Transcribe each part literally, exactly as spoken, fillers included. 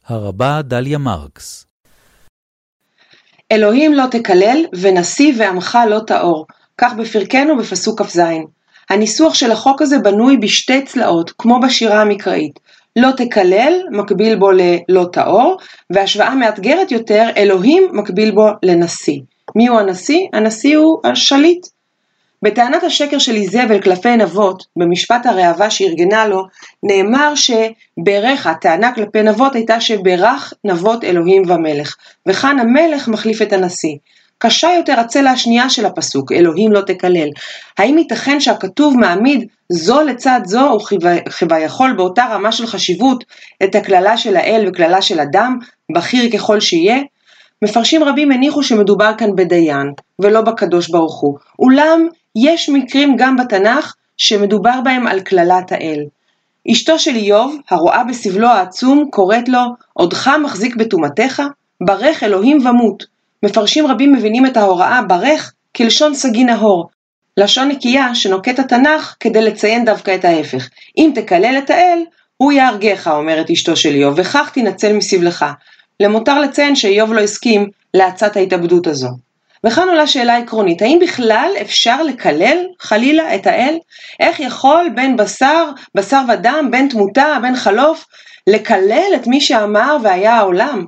הרבה דליה מרקס. אלוהים לא תקלל ונשיא ועמך לא תאור, כך בפרקנו בפסוק כ"ז. הניסוח של החוק הזה בנוי בשתי צלעות, כמו בשירה המקראית. לא תקלל מקביל בו ללא תאור, והשוואה מאתגרת יותר, אלוהים מקביל בו לנשיא. מי הוא הנשיא? הנשיא הוא השליט. בטענת השקר של איזבל כלפי נבות, במשפט הראווה שארגנה לו, נאמר שברך, הטענה כלפי נבות הייתה שברך נבות אלוהים ומלך, וכאן המלך מחליף את הנשיא. קשה יותר הצלע השנייה של הפסוק, אלוהים לא תקלל. האם ייתכן שהכתוב מעמיד זו לצד זו, וכביכול באותה רמה של חשיבות, את הכללה של האל וכללה של אדם, בכיר ככל שיהיה? מפרשים רבים הניחו שמדובר כאן בדיין, ולא בקדוש ברוך הוא. אולם יש מקרים גם בתנ"ך שמדובר בהם על כללת האל. אשתו של איוב, הרואה בסבלו העצום, קוראת לו, עודך מחזיק בתומתך, ברך אלוהים ומות. מפרשים רבים מבינים את ההוראה ברך כלשון סגי נהור, לשון נקייה שנוקט התנ"ך כדי לציין דווקא את ההפך. אם תקלל את האל, הוא יהרגך, אומרת אשתו של איוב, וכך תנצל מסבלך. למותר לציין שאיוב לא הסכים להצעת ההתאבדות הזו. וכאן עולה שאלה עקרונית, האם בכלל אפשר לקלל חלילה את האל? איך יכול בין בשר, בשר ודם, בין תמותה, בין חלוף, לקלל את מי שאמר והיה העולם?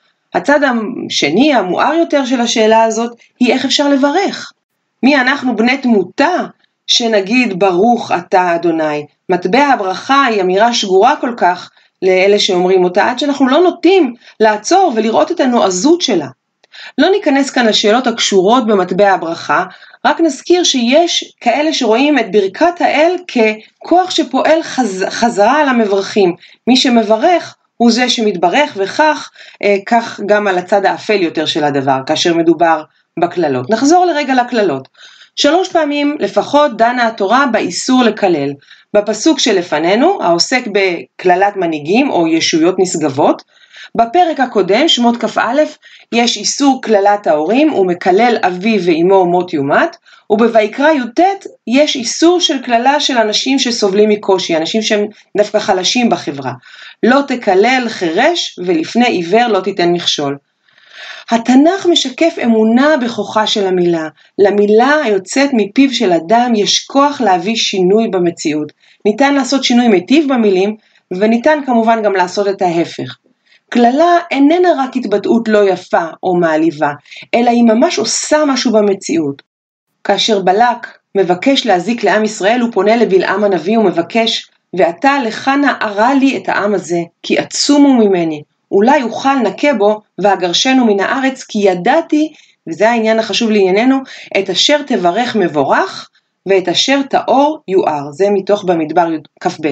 הצד השני, המואר יותר של השאלה הזאת, היא איך אפשר לברך. מי אנחנו בני תמותה שנגיד ברוך אתה אדוני? מטבע הברכה היא אמירה שגורה כל כך לאלה שאומרים אותה, עד שאנחנו לא נוטים לעצור ולראות את הנועזות שלה. לא ניכנס כאן לשאלות הקשורות במטבע הברכה, רק נזכיר שיש כאלה שרואים את ברכת האל ככוח שפועל חז... חזרה על המברכים. מי שמברך הוא זה שמתברך, וכך אה, כך גם על הצד האפל יותר של הדבר, כאשר מדובר בכללות. נחזור לרגע לכללות. שלוש פעמים לפחות דנה התורה באיסור לקלל. בפסוק שלפנינו, העוסק בכללת מנהיגים או ישויות נשגבות, בפרק הקודם, שמות כ"א, יש איסור כללת ההורים, הוא מקלל אבי ואמו מות יומת, ובויקרא י"ט יש איסור של כללה של אנשים שסובלים מקושי, אנשים שהם דווקא חלשים בחברה. לא תקלל חירש ולפני עיוור לא תיתן מכשול. התנ"ך משקף אמונה בכוחה של המילה. למילה היוצאת מפיו של אדם יש כוח להביא שינוי במציאות. ניתן לעשות שינוי מיטיב במילים, וניתן כמובן גם לעשות את ההפך. כללה איננה רק התבטאות לא יפה או מעליבה, אלא היא ממש עושה משהו במציאות. כאשר בלק מבקש להזיק לעם ישראל, הוא פונה לבלעם הנביא ומבקש, ואתה לך נערה לי את העם הזה, כי עצומו ממני. אולי אוכל נקה בו והגרשנו מן הארץ, כי ידעתי, וזה העניין החשוב לענייננו, את אשר תברך מבורך, ואת אשר תאור יואר. זה מתוך במדבר כ"ב.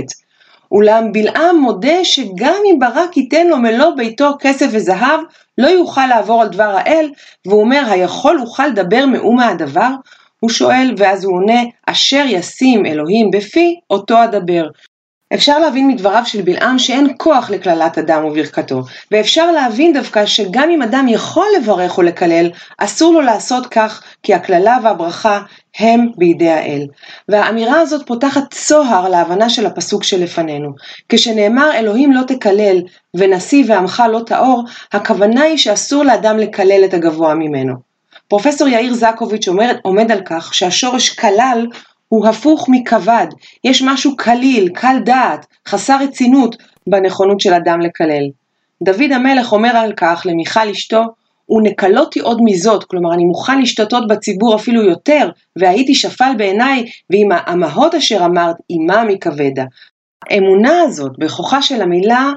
אולם בלעם מודה שגם אם ברק ייתן לו מלוא ביתו כסף וזהב, לא יוכל לעבור על דבר האל, והוא אומר, היכול אוכל דבר מאומה הדבר? הוא שואל, ואז הוא עונה, אשר ישים אלוהים בפי, אותו אדבר. אפשר להבין מדבריו של בלעם שאין כוח לכללת אדם וברכתו, ואפשר להבין דווקא שגם אם אדם יכול לברך או לקלל, אסור לו לעשות כך, כי הכללה והברכה הם בידי האל. והאמירה הזאת פותחת צוהר להבנה של הפסוק שלפנינו. כשנאמר אלוהים לא תקלל ונשיא ועמך לא תאור, הכוונה היא שאסור לאדם לקלל את הגבוה ממנו. פרופסור יאיר זקוביץ' אומר, עומד על כך שהשורש כלל הוא הפוך מכבד. יש משהו קליל, קל דעת, חסר רצינות בנכונות של אדם לקלל. דוד המלך אומר על כך למיכל אשתו, ונקלותי עוד מזאת, כלומר אני מוכן להשתתות בציבור אפילו יותר, והייתי שפל בעיניי, ועם האמהות אשר אמרת, אימה מכבדה. האמונה הזאת בכוחה של המילה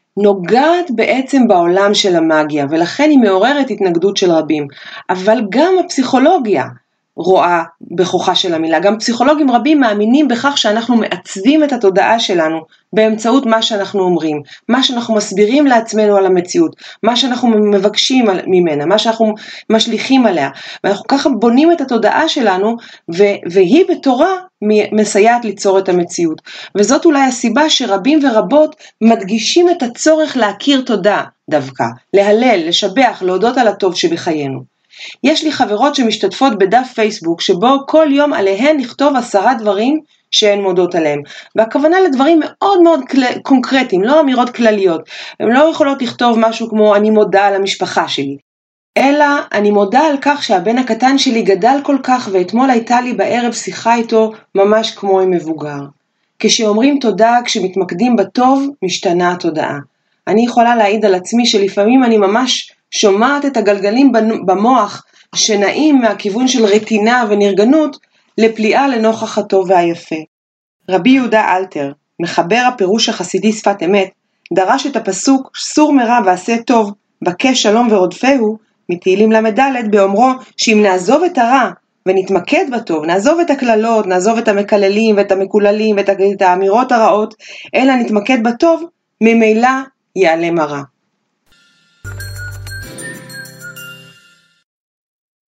נוגעת בעצם בעולם של המאגיה, ולכן היא מעוררת התנגדות של רבים. אבל גם הפסיכולוגיה רואה בכוחה של המילה. גם פסיכולוגים רבים מאמינים בכך שאנחנו מעצבים את התודעה שלנו באמצעות מה שאנחנו אומרים, מה שאנחנו מסבירים לעצמנו על המציאות, מה שאנחנו מבקשים ממנה, מה שאנחנו משליכים עליה. ואנחנו ככה בונים את התודעה שלנו, והיא בתורה מסייעת ליצור את המציאות. וזאת אולי הסיבה שרבים ורבות מדגישים את הצורך להכיר תודה דווקא, להלל, לשבח, להודות על הטוב שבחיינו. יש לי חברות שמשתתפות בדף פייסבוק, שבו כל יום עליהן לכתוב עשרה דברים שהן מודות עליהם. והכוונה לדברים מאוד מאוד קל... קונקרטיים, לא אמירות כלליות. הן לא יכולות לכתוב משהו כמו אני מודה על המשפחה שלי. אלא אני מודה על כך שהבן הקטן שלי גדל כל כך, ואתמול הייתה לי בערב שיחה איתו ממש כמו עם מבוגר. כשאומרים תודה, כשמתמקדים בטוב, משתנה התודעה. אני יכולה להעיד על עצמי שלפעמים אני ממש שומעת את הגלגלים במוח שנעים מהכיוון של רטינה ונרגנות לפליאה לנוכח הטוב והיפה. רבי יהודה אלתר, מחבר הפירוש החסידי שפת אמת, דרש את הפסוק סור מרע ועשה טוב, בקש שלום ורודפהו, מתהילים למדלת באומרו שאם נעזוב את הרע ונתמקד בטוב, נעזוב את הכללות, נעזוב את המקללים ואת המקוללים ואת האמירות הרעות, אלא נתמקד בטוב, ממילא ייעלם הרע.